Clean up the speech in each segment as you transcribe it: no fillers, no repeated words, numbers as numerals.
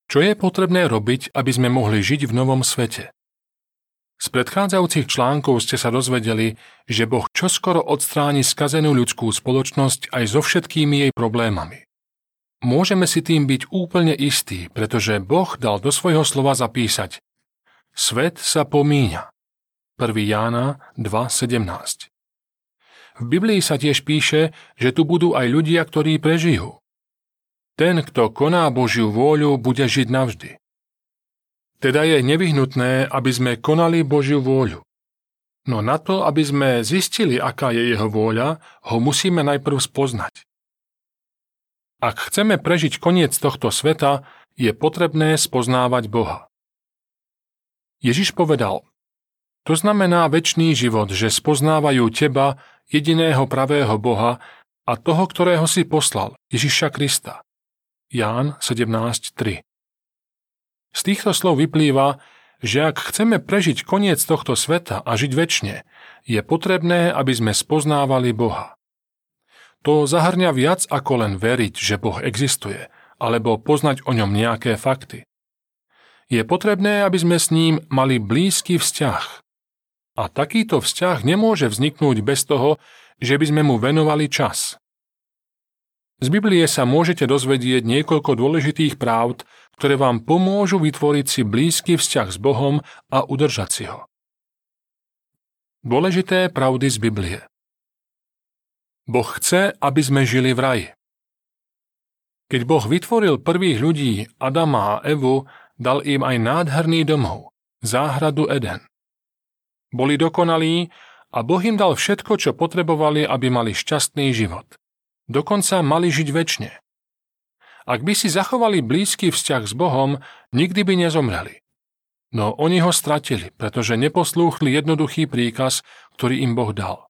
Čo je potrebné robiť, aby sme mohli žiť v novom svete? Z predchádzajúcich článkov ste sa dozvedeli, že Boh čoskoro odstráni skazenú ľudskú spoločnosť aj so všetkými jej problémami. Môžeme si tým byť úplne istí, pretože Boh dal do svojho slova zapísať: Svet sa pomíňa. 1. Jána 2.17. V Biblii sa tiež píše, že tu budú aj ľudia, ktorí prežijú. Ten, kto koná Božiu vôľu, bude žiť navždy. Teda je nevyhnutné, aby sme konali Božiu vôľu. No na to, aby sme zistili, aká je jeho vôľa, ho musíme najprv spoznať. Ak chceme prežiť koniec tohto sveta, je potrebné spoznávať Boha. Ježiš povedal: To znamená večný život, že spoznávajú teba, jediného pravého Boha, a toho, ktorého si poslal, Ježiša Krista. Ján 17.3. Z týchto slov vyplýva, že ak chceme prežiť koniec tohto sveta a žiť večne, je potrebné, aby sme spoznávali Boha. To zahŕňa viac ako len veriť, že Boh existuje, alebo poznať o ňom nejaké fakty. Je potrebné, aby sme s ním mali blízky vzťah. A takýto vzťah nemôže vzniknúť bez toho, že by sme mu venovali čas. Z Biblie sa môžete dozvedieť niekoľko dôležitých pravd, ktoré vám pomôžu vytvoriť si blízky vzťah s Bohom a udržať si ho. Dôležité pravdy z Biblie. Boh chce, aby sme žili v raji. Keď Boh vytvoril prvých ľudí, Adama a Evu, dal im aj nádherný domov, záhradu Eden. Boli dokonalí a Boh im dal všetko, čo potrebovali, aby mali šťastný život. Dokonca mali žiť večne. Ak by si zachovali blízky vzťah s Bohom, nikdy by nezomreli. No oni ho stratili, pretože neposlúchli jednoduchý príkaz, ktorý im Boh dal.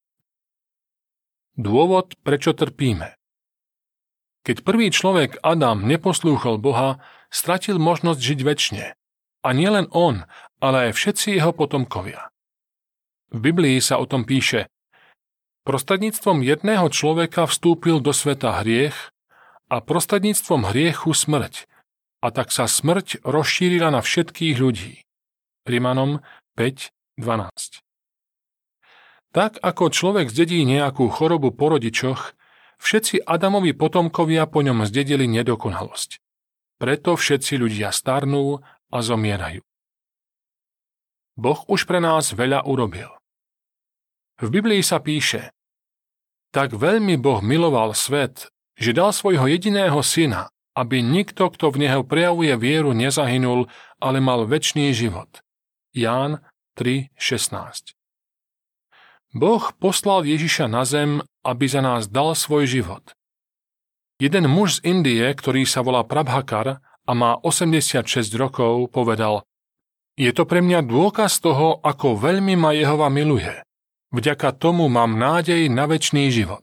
Dôvod, prečo trpíme. Keď prvý človek Adam neposlúchol Boha, stratil možnosť žiť večne. A nielen on, ale aj všetci jeho potomkovia. V Biblii sa o tom píše: Prostredníctvom jedného človeka vstúpil do sveta hriech a prostredníctvom hriechu smrť. A tak sa smrť rozšírila na všetkých ľudí. Rimanom 5.12. Tak ako človek zdedí nejakú chorobu po rodičoch, všetci Adamovi potomkovia po ňom zdedili nedokonalosť. Preto všetci ľudia starnú a zomierajú. Boh už pre nás veľa urobil. V Biblii sa píše: Tak veľmi Boh miloval svet, že dal svojho jediného syna, aby nikto, kto v neho prejavuje vieru, nezahynul, ale mal večný život. Ján 3.16. Boh poslal Ježiša na zem, aby za nás dal svoj život. Jeden muž z Indie, ktorý sa volá Prabhakar a má 86 rokov, povedal: Je to pre mňa dôkaz toho, ako veľmi ma Jehova miluje. Vďaka tomu mám nádej na večný život.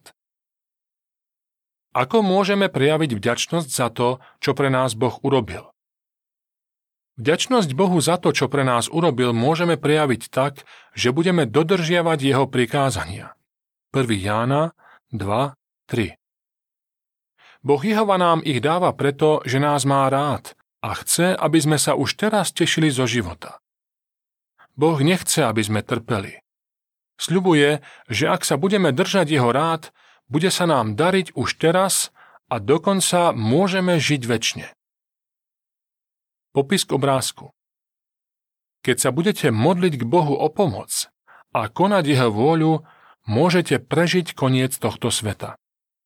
Ako môžeme prejaviť vďačnosť za to, čo pre nás Boh urobil? Vďačnosť Bohu za to, čo pre nás urobil, môžeme prejaviť tak, že budeme dodržiavať jeho prikázania. 1. Jána 2.3. Boh Jehova nám ich dáva preto, že nás má rád a chce, aby sme sa už teraz tešili zo života. Boh nechce, aby sme trpeli. Sľubuje, že ak sa budeme držať jeho rád, bude sa nám dariť už teraz a dokonca môžeme žiť večne. Popis k obrázku. Keď sa budete modliť k Bohu o pomoc a konať jeho vôľu, môžete prežiť koniec tohto sveta.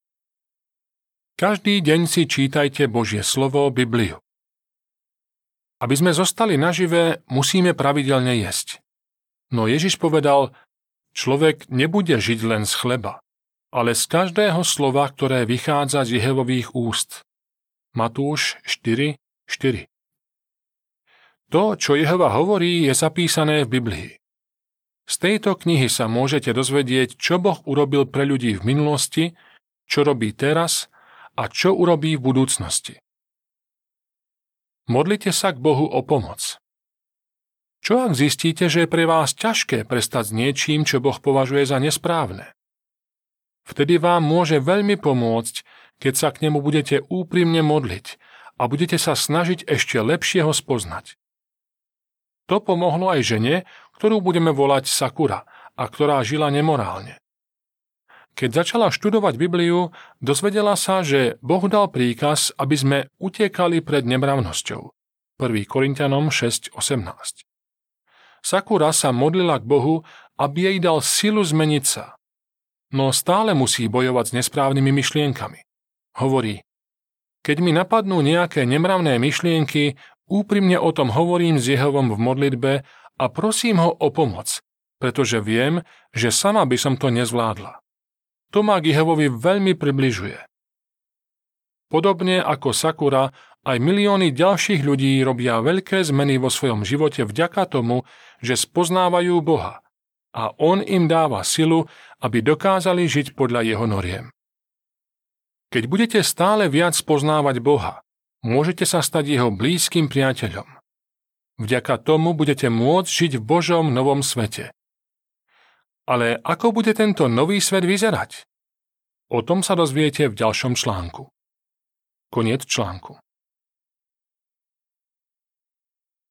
Každý deň si čítajte Božie slovo, Bibliu. Aby sme zostali nažive, musíme pravidelne jesť. No Ježiš povedal: Človek nebude žiť len z chleba, ale z každého slova, ktoré vychádza z Jehovových úst. Matúš 4.4. To, čo Jehova hovorí, je zapísané v Biblii. Z tejto knihy sa môžete dozvedieť, čo Boh urobil pre ľudí v minulosti, čo robí teraz a čo urobí v budúcnosti. Modlite sa k Bohu o pomoc. Čo ak zistíte, že je pre vás ťažké prestať s niečím, čo Boh považuje za nesprávne? Vtedy vám môže veľmi pomôcť, keď sa k nemu budete úprimne modliť a budete sa snažiť ešte lepšie ho spoznať. To pomohlo aj žene, ktorú budeme volať Sakura a ktorá žila nemorálne. Keď začala študovať Bibliu, dozvedela sa, že Boh dal príkaz, aby sme utiekali pred nemravnosťou. 1. Korinťanom 6.18. Sakura sa modlila k Bohu, aby jej dal silu zmeniť sa. No stále musí bojovať s nesprávnymi myšlienkami. Hovorí: keď mi napadnú nejaké nemravné myšlienky, úprimne o tom hovorím s Jehovom v modlitbe a prosím ho o pomoc, pretože viem, že sama by som to nezvládla. To ma k Jehovovi veľmi približuje. Podobne ako Sakura, aj milióny ďalších ľudí robia veľké zmeny vo svojom živote vďaka tomu, že spoznávajú Boha a On im dáva silu, aby dokázali žiť podľa Jeho noriem. Keď budete stále viac poznávať Boha, môžete sa stať Jeho blízkym priateľom. Vďaka tomu budete môcť žiť v Božom novom svete. Ale ako bude tento nový svet vyzerať? O tom sa dozviete v ďalšom článku. Koniec článku.